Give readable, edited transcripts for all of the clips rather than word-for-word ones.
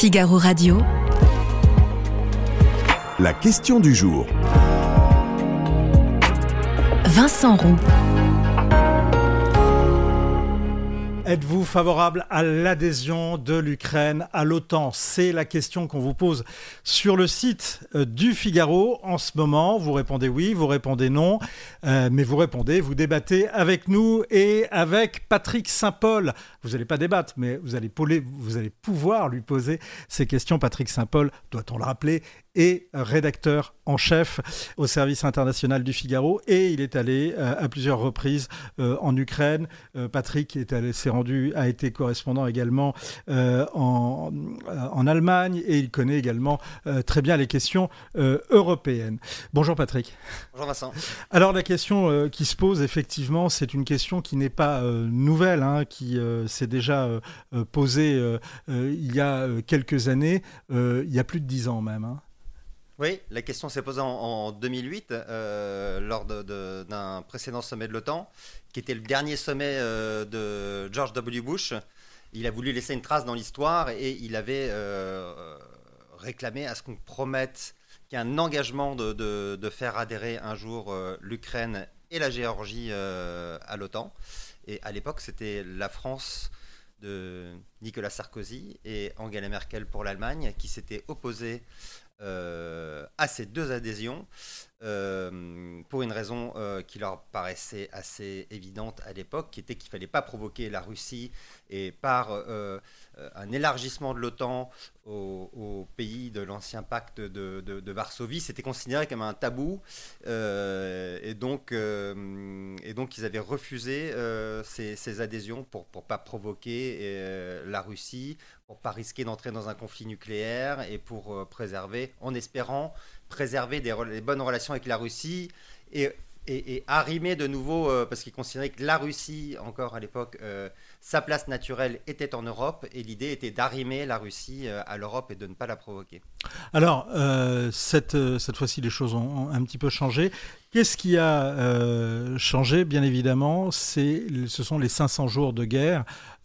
Figaro Radio. La question du jour. Vincent Roux. Êtes-vous favorable à l'adhésion de l'Ukraine à l'OTAN ? C'est la question qu'on vous pose sur le site du Figaro en ce moment. Vous répondez oui, vous répondez non, mais vous répondez, vous débattez avec nous et avec Patrick Saint-Paul. Vous n'allez pas débattre, mais vous allez pouvoir lui poser ces questions. Patrick Saint-Paul, doit-on le rappeler, est rédacteur en chef au service international du Figaro et il est allé à plusieurs reprises en Ukraine. Patrick a été correspondant également en Allemagne et il connaît également très bien les questions européennes. Bonjour Patrick. Bonjour Vincent. Alors la question qui se pose effectivement, c'est une question qui n'est pas nouvelle, qui s'est déjà posée il y a quelques années, il y a plus de 10 ans même. Oui, la question s'est posée en 2008 lors d'un précédent sommet de l'OTAN, qui était le dernier sommet de George W. Bush. Il a voulu laisser une trace dans l'histoire et il avait réclamé à ce qu'on promette qu'il y ait un engagement de faire adhérer un jour l'Ukraine et la Géorgie à l'OTAN. Et à l'époque, c'était la France de Nicolas Sarkozy et Angela Merkel pour l'Allemagne qui s'étaient opposés à ces deux adhésions pour une raison qui leur paraissait assez évidente à l'époque, qui était qu'il ne fallait pas provoquer la Russie et par un élargissement de l'OTAN aux pays de l'ancien pacte de Varsovie, c'était considéré comme un tabou et donc ils avaient refusé ces adhésions pour ne pas provoquer la Russie, pour ne pas risquer d'entrer dans un conflit nucléaire et pour en espérant préserver les bonnes relations avec la Russie et arrimer de nouveau, parce qu'ils considéraient que la Russie, encore à l'époque, sa place naturelle était en Europe, et l'idée était d'arrimer la Russie à l'Europe et de ne pas la provoquer. Alors, cette fois-ci, les choses ont un petit peu changé. Qu'est-ce qui a changé ? Bien évidemment, ce sont les 500 jours de guerre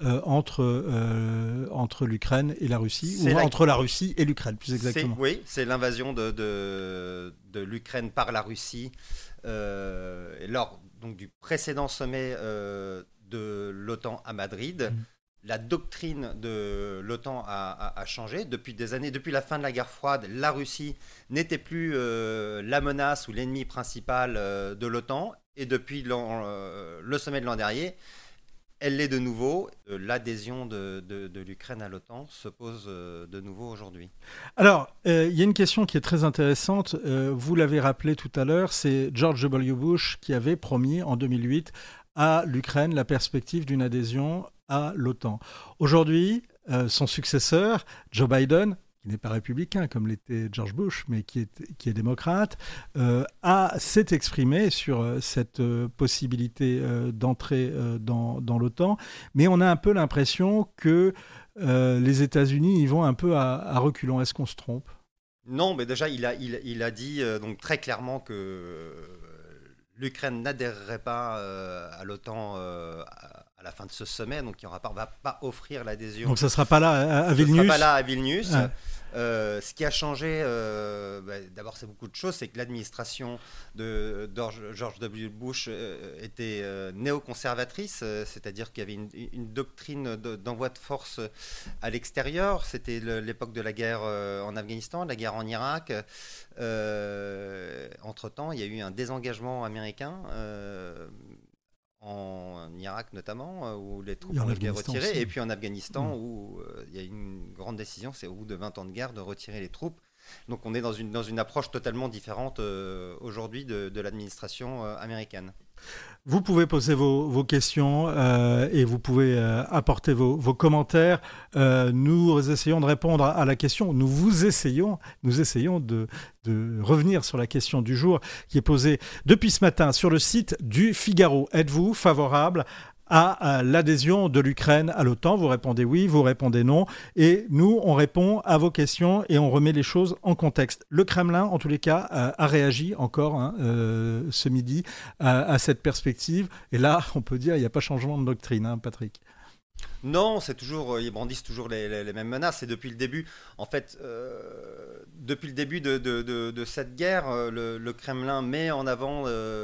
entre l'Ukraine et la Russie, entre la Russie et l'Ukraine, plus exactement. Oui, c'est l'invasion de l'Ukraine par la Russie lors donc, du précédent sommet de l'OTAN à Madrid. La doctrine de l'OTAN a changé depuis des années. Depuis la fin de la guerre froide, la Russie n'était plus la menace ou l'ennemi principal de l'OTAN. Et depuis le sommet de l'an dernier, elle l'est de nouveau. L'adhésion de l'Ukraine à l'OTAN se pose de nouveau aujourd'hui. Alors, il y a une question qui est très intéressante. Vous l'avez rappelé tout à l'heure, c'est George W. Bush qui avait promis en 2008 à l'Ukraine la perspective d'une adhésion à l'OTAN. Aujourd'hui, son successeur, Joe Biden, qui n'est pas républicain comme l'était George Bush, mais qui est démocrate, s'est exprimé sur cette possibilité d'entrer dans l'OTAN. Mais on a un peu l'impression que les États-Unis y vont un peu à reculons. Est-ce qu'on se trompe ? Non, mais déjà, il a dit donc très clairement que l'Ukraine n'adhérerait pas à l'OTAN à la fin de ce sommet, donc on ne va pas offrir l'adhésion. Donc ça ne sera pas là à Vilnius. Ça ne sera pas là à Vilnius. Ouais. Ce qui a changé, d'abord c'est beaucoup de choses, c'est que l'administration de George W. Bush était néoconservatrice, c'est-à-dire qu'il y avait une doctrine d'envoi de force à l'extérieur. C'était l'époque de la guerre en Afghanistan, la guerre en Irak. Entre-temps, il y a eu un désengagement américain en Irak notamment, où les troupes ont été retirées, aussi. Et puis en Afghanistan, où il y a une grande décision, c'est au bout de 20 ans de guerre, de retirer les troupes. Donc on est dans une approche totalement différente aujourd'hui de l'administration américaine. Vous pouvez poser vos questions et vous pouvez apporter vos commentaires. Nous essayons de répondre à la question. Nous essayons de revenir sur la question du jour qui est posée depuis ce matin sur le site du Figaro. Êtes-vous favorable à l'adhésion de l'Ukraine à l'OTAN? Vous répondez oui, vous répondez non. Et nous, on répond à vos questions et on remet les choses en contexte. Le Kremlin, en tous les cas, a réagi encore ce midi à cette perspective. Et là, on peut dire qu'il n'y a pas changement de doctrine, Patrick. Non, ils brandissent toujours les mêmes menaces. Et depuis le début, en fait, depuis le début de cette guerre, le Kremlin met en avant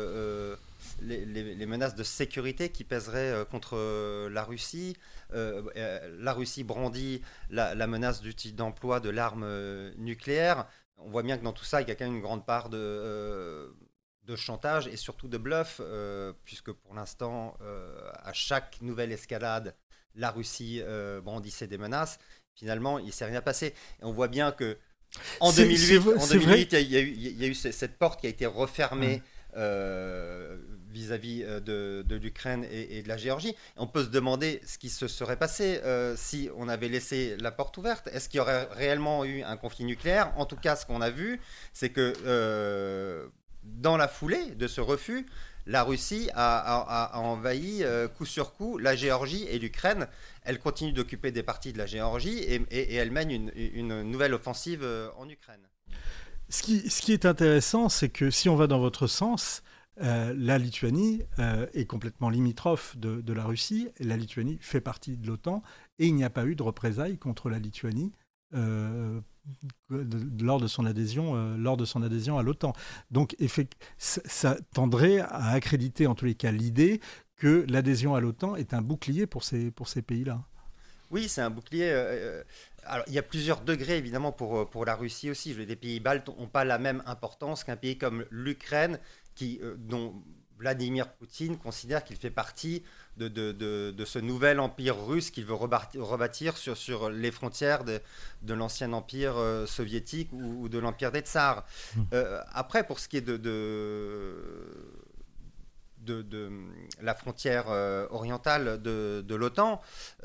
les menaces de sécurité qui pèseraient contre la Russie. La Russie brandit la menace d'emploi de l'arme nucléaire. On voit bien que dans tout ça, il y a quand même une grande part de chantage et surtout de bluff, puisque pour l'instant, à chaque nouvelle escalade, la Russie brandissait des menaces. Finalement, il ne s'est rien passé. Et on voit bien que en 2008, il y a eu cette porte qui a été refermée vis-à-vis de l'Ukraine et de la Géorgie. Et on peut se demander ce qui se serait passé si on avait laissé la porte ouverte. Est-ce qu'il y aurait réellement eu un conflit nucléaire? En tout cas, ce qu'on a vu, c'est que dans la foulée de ce refus, la Russie a envahi coup sur coup la Géorgie et l'Ukraine. Elle continue d'occuper des parties de la Géorgie et elle mène une nouvelle offensive en Ukraine. Ce qui est intéressant, c'est que si on va dans votre sens, la Lituanie est complètement limitrophe de la Russie. La Lituanie fait partie de l'OTAN et il n'y a pas eu de représailles contre la Lituanie lors de son adhésion à l'OTAN. Donc ça tendrait à accréditer en tous les cas l'idée que l'adhésion à l'OTAN est un bouclier pour ces pays-là. Oui, c'est un bouclier. Alors, il y a plusieurs degrés évidemment pour la Russie aussi. Les pays baltes n'ont pas la même importance qu'un pays comme l'Ukraine, dont Vladimir Poutine considère qu'il fait partie de ce nouvel empire russe qu'il veut rebâtir sur les frontières de l'ancien empire soviétique ou de l'empire des tsars. Après, pour ce qui est de la frontière orientale de l'OTAN,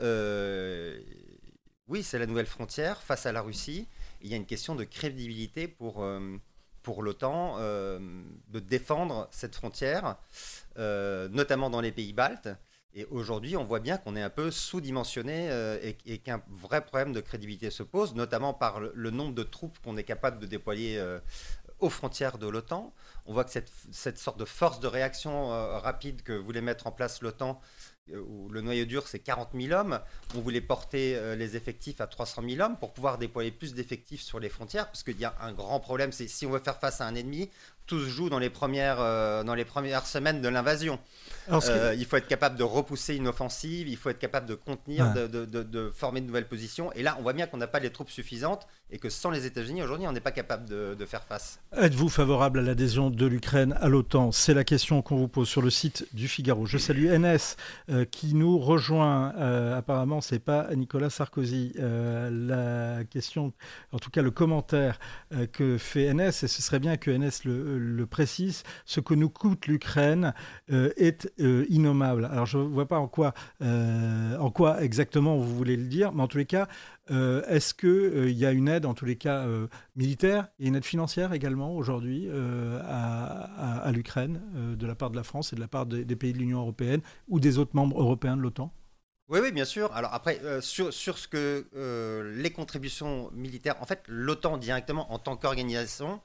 oui, c'est la nouvelle frontière face à la Russie. Il y a une question de crédibilité pour l'OTAN de défendre cette frontière, notamment dans les pays baltes. Et aujourd'hui, on voit bien qu'on est un peu sous-dimensionné et qu'un vrai problème de crédibilité se pose, notamment par le nombre de troupes qu'on est capable de déployer aux frontières de l'OTAN. On voit que cette sorte de force de réaction rapide que voulait mettre en place l'OTAN, où le noyau dur c'est 40 000 hommes, on voulait porter les effectifs à 300 000 hommes pour pouvoir déployer plus d'effectifs sur les frontières, parce qu'il y a un grand problème, c'est si on veut faire face à un ennemi, tout se joue dans les premières semaines de l'invasion. Il faut être capable de repousser une offensive, il faut être capable de contenir, de former de nouvelles positions. Et là, on voit bien qu'on n'a pas les troupes suffisantes et que sans les États-Unis, aujourd'hui, on n'est pas capable de faire face. Êtes-vous favorable à l'adhésion de l'Ukraine à l'OTAN? C'est la question qu'on vous pose sur le site du Figaro. Je salue NS qui nous rejoint. Apparemment, ce n'est pas Nicolas Sarkozy. La question, en tout cas le commentaire que fait NS, et ce serait bien que NS le précise, ce que nous coûte l'Ukraine est innommable. Alors je ne vois pas en quoi exactement vous voulez le dire, mais en tous les cas, est-ce qu'il y a une aide, en tous les cas militaire, et une aide financière également aujourd'hui à l'Ukraine de la part de la France et de la part des pays de l'Union européenne ou des autres membres européens de l'OTAN? Oui, bien sûr. Alors après, sur ce que les contributions militaires, en fait, l'OTAN directement en tant qu'organisation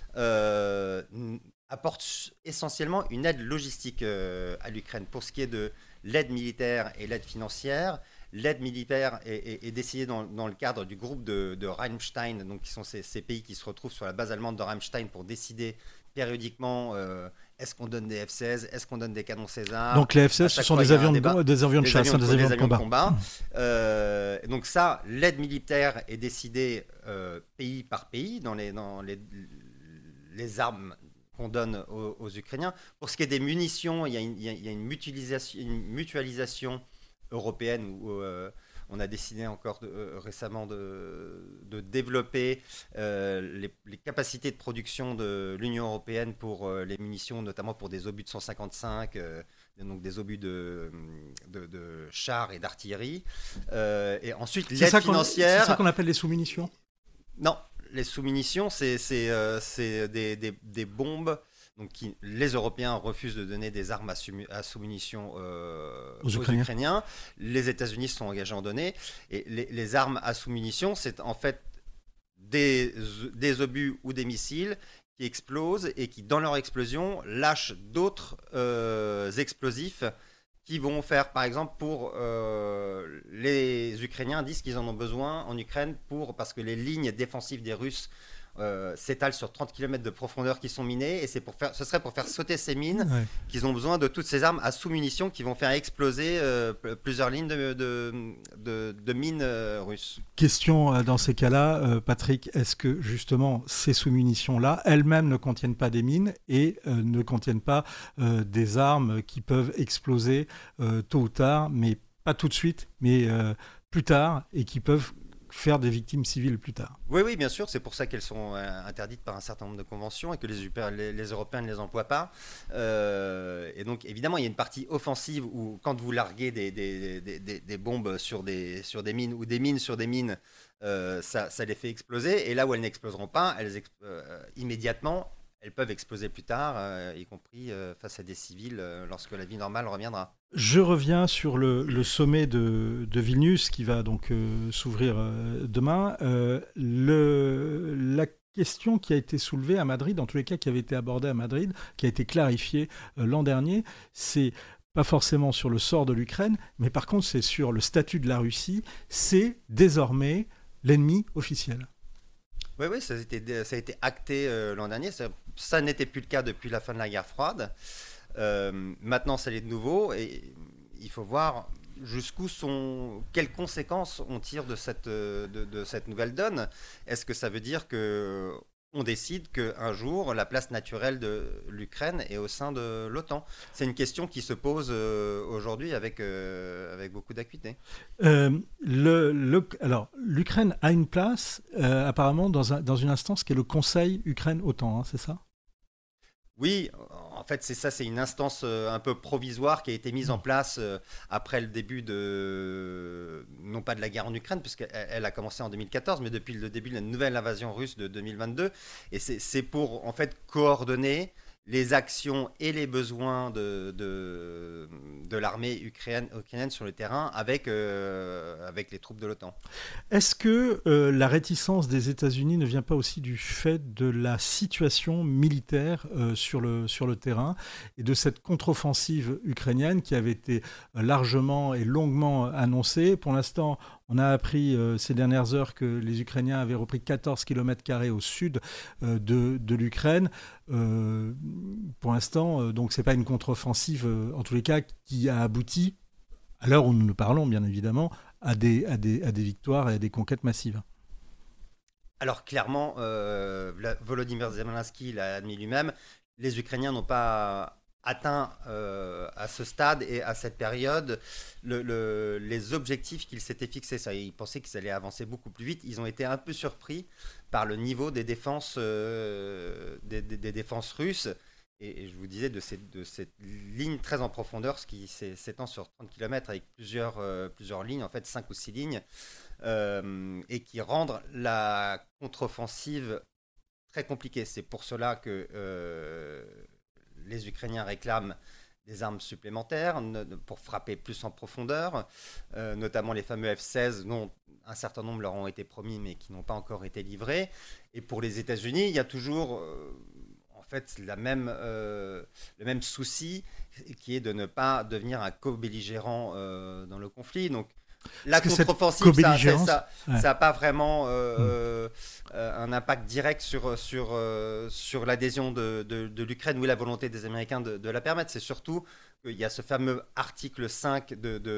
apporte essentiellement une aide logistique à l'Ukraine. Pour ce qui est de l'aide militaire et l'aide financière, l'aide militaire est décidée dans le cadre du groupe de Ramstein, donc qui sont ces pays qui se retrouvent sur la base allemande de Ramstein pour décider périodiquement est-ce qu'on donne des F-16, est-ce qu'on donne des canons César. Donc les F-16, ce sont des avions de chasse, des avions de combat. Donc ça, l'aide militaire est décidée pays par pays dans les armes qu'on donne aux Ukrainiens. Pour ce qui est des munitions, il y a une mutualisation européenne où on a décidé encore récemment de développer les capacités de production de l'Union européenne pour les munitions, notamment pour des obus de 155, donc des obus de chars et d'artillerie. Et ensuite, l'aide financière... C'est ça qu'on appelle les sous-munitions? Non, les sous-munitions, c'est des bombes. Donc, les Européens refusent de donner des armes à sous-munitions aux Ukrainiens. Les États-Unis se sont engagés à en donner. Et les armes à sous-munitions, c'est en fait des obus ou des missiles qui explosent et qui, dans leur explosion, lâchent d'autres explosifs qui vont faire, par exemple, les Ukrainiens disent qu'ils en ont besoin en Ukraine parce que les lignes défensives des Russes s'étalent sur 30 km de profondeur qui sont minées, et ce serait pour faire sauter ces mines qu'ils ont besoin de toutes ces armes à sous-munitions qui vont faire exploser plusieurs lignes de mines russes. Question dans ces cas-là, Patrick, est-ce que justement ces sous-munitions-là, elles-mêmes ne contiennent pas des mines et ne contiennent pas des armes qui peuvent exploser tôt ou tard, mais pas tout de suite, mais plus tard, et qui peuvent faire des victimes civiles plus tard? Oui, bien sûr, c'est pour ça qu'elles sont interdites par un certain nombre de conventions et que les Européens ne les emploient pas. Et donc, évidemment, il y a une partie offensive où, quand vous larguez des bombes sur des mines ou des mines sur des mines, ça les fait exploser. Et là où elles n'exploseront pas, immédiatement, elles peuvent exploser plus tard, y compris face à des civils, lorsque la vie normale reviendra. Je reviens sur le sommet de Vilnius qui va donc s'ouvrir demain. La question qui a été soulevée à Madrid, en tous les cas qui avait été abordée à Madrid, qui a été clarifiée l'an dernier, c'est pas forcément sur le sort de l'Ukraine, mais par contre c'est sur le statut de la Russie. C'est désormais l'ennemi officiel. Oui, ça a été acté l'an dernier. Ça n'était plus le cas depuis la fin de la guerre froide. Maintenant, ça l'est de nouveau, et il faut voir quelles conséquences on tire de cette nouvelle donne. Est-ce que ça veut dire qu'on décide qu'un jour, la place naturelle de l'Ukraine est au sein de l'OTAN? C'est une question qui se pose aujourd'hui avec beaucoup d'acuité. Alors, l'Ukraine a une place apparemment dans une instance qui est le Conseil Ukraine-OTAN, c'est ça? Oui, en fait, c'est une instance un peu provisoire qui a été mise en place après le début non pas de la guerre en Ukraine, puisqu'elle a commencé en 2014, mais depuis le début de la nouvelle invasion russe de 2022. Et c'est pour, en fait, coordonner les actions et les besoins de l'armée ukrainienne sur le terrain avec les troupes de l'OTAN. Est-ce que la réticence des États-Unis ne vient pas aussi du fait de la situation militaire sur le terrain et de cette contre-offensive ukrainienne qui avait été largement et longuement annoncée? Pour l'instant, on a appris ces dernières heures que les Ukrainiens avaient repris 14 km² au sud de l'Ukraine. Pour l'instant, donc c'est pas une contre-offensive, en tous les cas, qui a abouti, à l'heure où nous parlons, bien évidemment, à des victoires et à des conquêtes massives. Alors clairement, Volodymyr Zelensky l'a admis lui-même, les Ukrainiens n'ont pas atteint à ce stade et à cette période les objectifs qu'ils s'étaient fixés. Ils pensaient qu'ils allaient avancer beaucoup plus vite. Ils ont été un peu surpris par le niveau des défenses, des défenses russes. Et je vous disais de cette ligne très en profondeur, ce qui s'étend sur 30 km avec plusieurs lignes, en fait 5 ou 6 lignes, et qui rendent la contre-offensive très compliquée. C'est pour cela que les Ukrainiens réclament des armes supplémentaires pour frapper plus en profondeur, notamment les fameux F-16 dont un certain nombre leur ont été promis mais qui n'ont pas encore été livrés. Et pour les États-Unis, il y a toujours en fait le même souci qui est de ne pas devenir un co-belligérant dans le conflit. Donc la contre-offensive, ça n'a pas vraiment un impact direct sur l'adhésion de l'Ukraine ou la volonté des Américains de la permettre. C'est surtout qu'il y a ce fameux article 5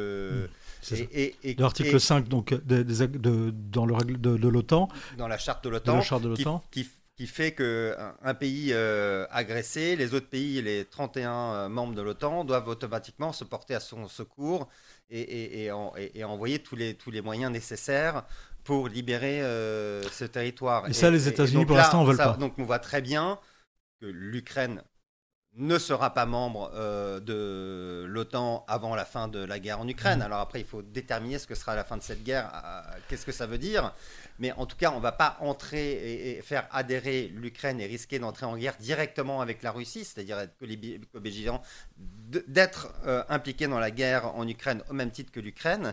l'article 5 donc, dans le règle de l'OTAN. Dans la charte de l'OTAN. Qui fait qu'un pays agressé, les autres pays, les 31 membres de l'OTAN, doivent automatiquement se porter à son secours et envoyer tous les moyens nécessaires pour libérer ce territoire. Et ça, les États-Unis, pour l'instant, ne veulent pas. Donc on voit très bien que l'Ukraine ne sera pas membre de l'OTAN avant la fin de la guerre en Ukraine. Alors après, il faut déterminer ce que sera la fin de cette guerre, qu'est-ce que ça veut dire. Mais en tout cas, on ne va pas entrer et faire adhérer l'Ukraine et risquer d'entrer en guerre directement avec la Russie, c'est-à-dire être co-belligérant, d'être impliqué dans la guerre en Ukraine au même titre que l'Ukraine.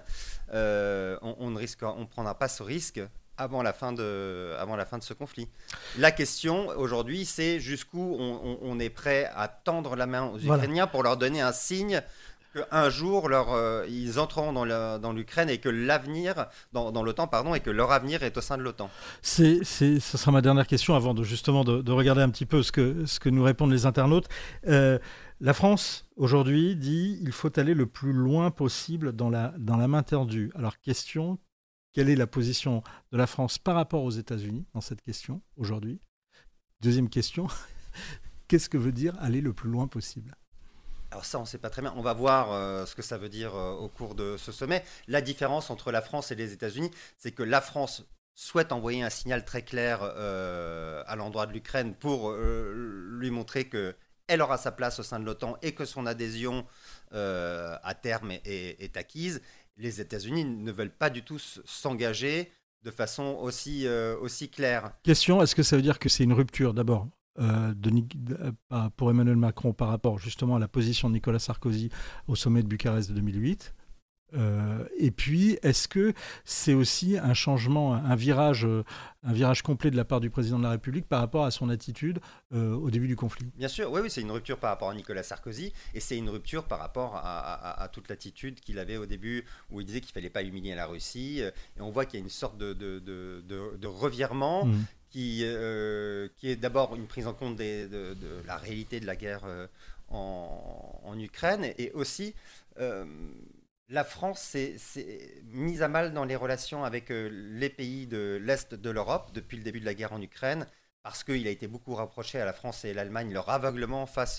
On ne prendra pas ce risque avant la fin de ce conflit. La question aujourd'hui, c'est jusqu'où on est prêt à tendre la main aux Ukrainiens pour leur donner un signe qu'un jour, ils entreront dans l'Ukraine et que l'avenir, dans l'OTAN, pardon, et que leur avenir est au sein de l'OTAN. Ce sera ma dernière question avant de regarder un petit peu ce que nous répondent les internautes. La France, aujourd'hui, dit il faut aller le plus loin possible dans la main tendue. Alors, question, quelle est la position de la France par rapport aux États-Unis dans cette question, aujourd'hui? Deuxième question, qu'est-ce que veut dire aller le plus loin possible? Alors ça, on ne sait pas très bien. On va voir ce que ça veut dire au cours de ce sommet. La différence entre la France et les États-Unis, c'est que la France souhaite envoyer un signal très clair à l'endroit de l'Ukraine pour lui montrer qu'elle aura sa place au sein de l'OTAN et que son adhésion à terme est acquise. Les États-Unis ne veulent pas du tout s'engager de façon aussi claire. Question, est-ce que ça veut dire que c'est une rupture d'abord pour Emmanuel Macron par rapport justement à la position de Nicolas Sarkozy au sommet de Bucarest de 2008 et puis, est-ce que c'est aussi un changement, un virage complet de la part du président de la République par rapport à son attitude au début du conflit? Bien sûr, oui, c'est une rupture par rapport à Nicolas Sarkozy et c'est une rupture par rapport à toute l'attitude qu'il avait au début où il disait qu'il ne fallait pas humilier la Russie. Et on voit qu'il y a une sorte de revirement qui est d'abord une prise en compte de la réalité de la guerre en Ukraine et aussi... la France s'est mise à mal dans les relations avec les pays de l'Est de l'Europe depuis le début de la guerre en Ukraine, parce qu'il a été beaucoup rapproché à la France et l'Allemagne leur aveuglement face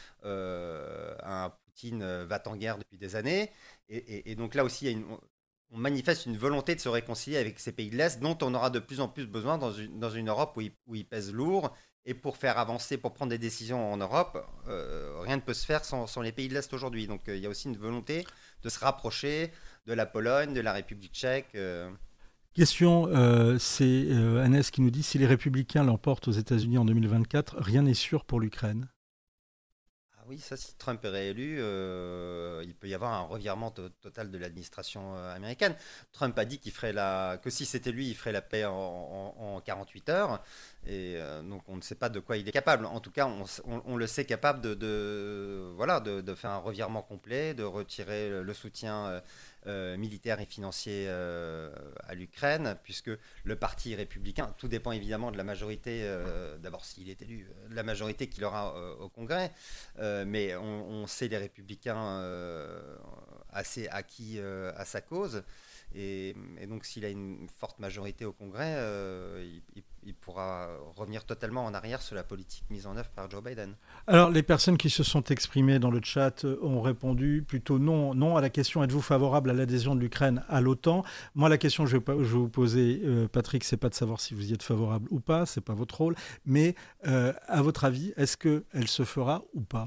à un Poutine va-t-en-guerre depuis des années. Et donc là aussi, on manifeste une volonté de se réconcilier avec ces pays de l'Est, dont on aura de plus en plus besoin dans une Europe où ils pèsent lourd. Et pour faire avancer, pour prendre des décisions en Europe, rien ne peut se faire sans les pays de l'Est aujourd'hui. Donc il y a aussi une volonté de se rapprocher de la Pologne, de la République tchèque. Question, c'est Annès qui nous dit « Si les Républicains l'emportent aux États-Unis en 2024, rien n'est sûr pour l'Ukraine ». Oui, ça, si Trump est réélu, il peut y avoir un revirement total de l'administration américaine. Trump a dit que si c'était lui, il ferait la paix en 48 heures. Et donc, on ne sait pas de quoi il est capable. En tout cas, on le sait capable de faire un revirement complet, de retirer le soutien militaire et financier à l'Ukraine, puisque le parti républicain, tout dépend évidemment de la majorité, d'abord s'il est élu, de la majorité qu'il aura au Congrès, mais on sait les républicains assez acquis à sa cause. Et donc, s'il a une forte majorité au Congrès, il pourra revenir totalement en arrière sur la politique mise en œuvre par Joe Biden. Alors, les personnes qui se sont exprimées dans le chat ont répondu plutôt non à la question « Êtes-vous favorable à l'adhésion de l'Ukraine à l'OTAN ?» Moi, la question que je vais vous poser, Patrick, c'est pas de savoir si vous y êtes favorable ou pas, c'est pas votre rôle, mais à votre avis, est-ce qu'elle se fera ou pas ?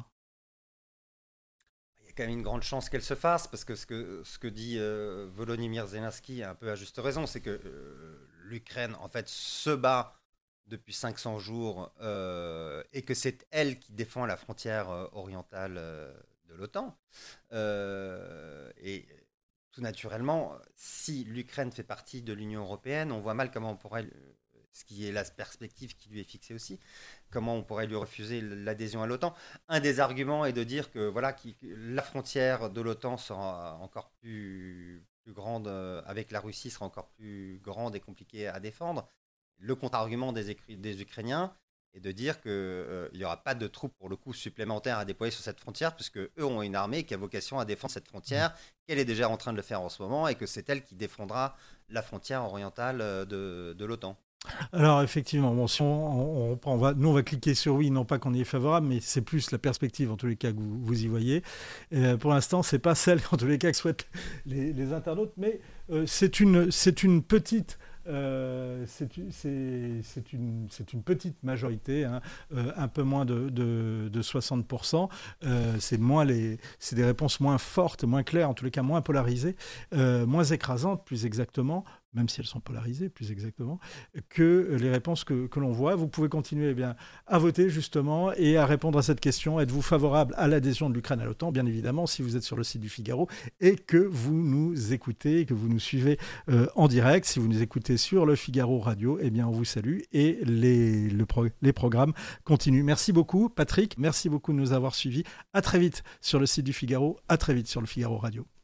Quand même une grande chance qu'elle se fasse, parce que ce que dit Volodymyr Zelensky, un peu à juste raison, c'est que l'Ukraine, en fait, se bat depuis 500 jours et que c'est elle qui défend la frontière orientale de l'OTAN. Et tout naturellement, si l'Ukraine fait partie de l'Union européenne, on voit mal comment on pourrait... ce qui est la perspective qui lui est fixée aussi, comment on pourrait lui refuser l'adhésion à l'OTAN. Un des arguments est de dire que la frontière de l'OTAN sera encore plus grande, avec la Russie sera encore plus grande et compliquée à défendre. Le contre-argument des Ukrainiens est de dire qu'il n'y aura pas de troupes pour le coup supplémentaires à déployer sur cette frontière, puisque eux ont une armée qui a vocation à défendre cette frontière, qu'elle est déjà en train de le faire en ce moment, et que c'est elle qui défendra la frontière orientale de l'OTAN. Alors effectivement, bon, si on nous on va cliquer sur oui, non pas qu'on y est favorable, mais c'est plus la perspective en tous les cas que vous y voyez. Pour l'instant, c'est pas celle en tous les cas que souhaitent les internautes, mais c'est une petite c'est une petite majorité, hein, un peu moins de 60%. C'est des réponses moins fortes, moins claires, en tous les cas moins polarisées, moins écrasantes, plus exactement, même si elles sont polarisées plus exactement, que les réponses que l'on voit. Vous pouvez continuer à voter justement et à répondre à cette question. Êtes-vous favorable à l'adhésion de l'Ukraine à l'OTAN? Bien évidemment, si vous êtes sur le site du Figaro et que vous nous écoutez, que vous nous suivez en direct. Si vous nous écoutez sur le Figaro Radio, eh bien on vous salue et les programmes continuent. Merci beaucoup Patrick, merci beaucoup de nous avoir suivis. À très vite sur le site du Figaro, à très vite sur le Figaro Radio.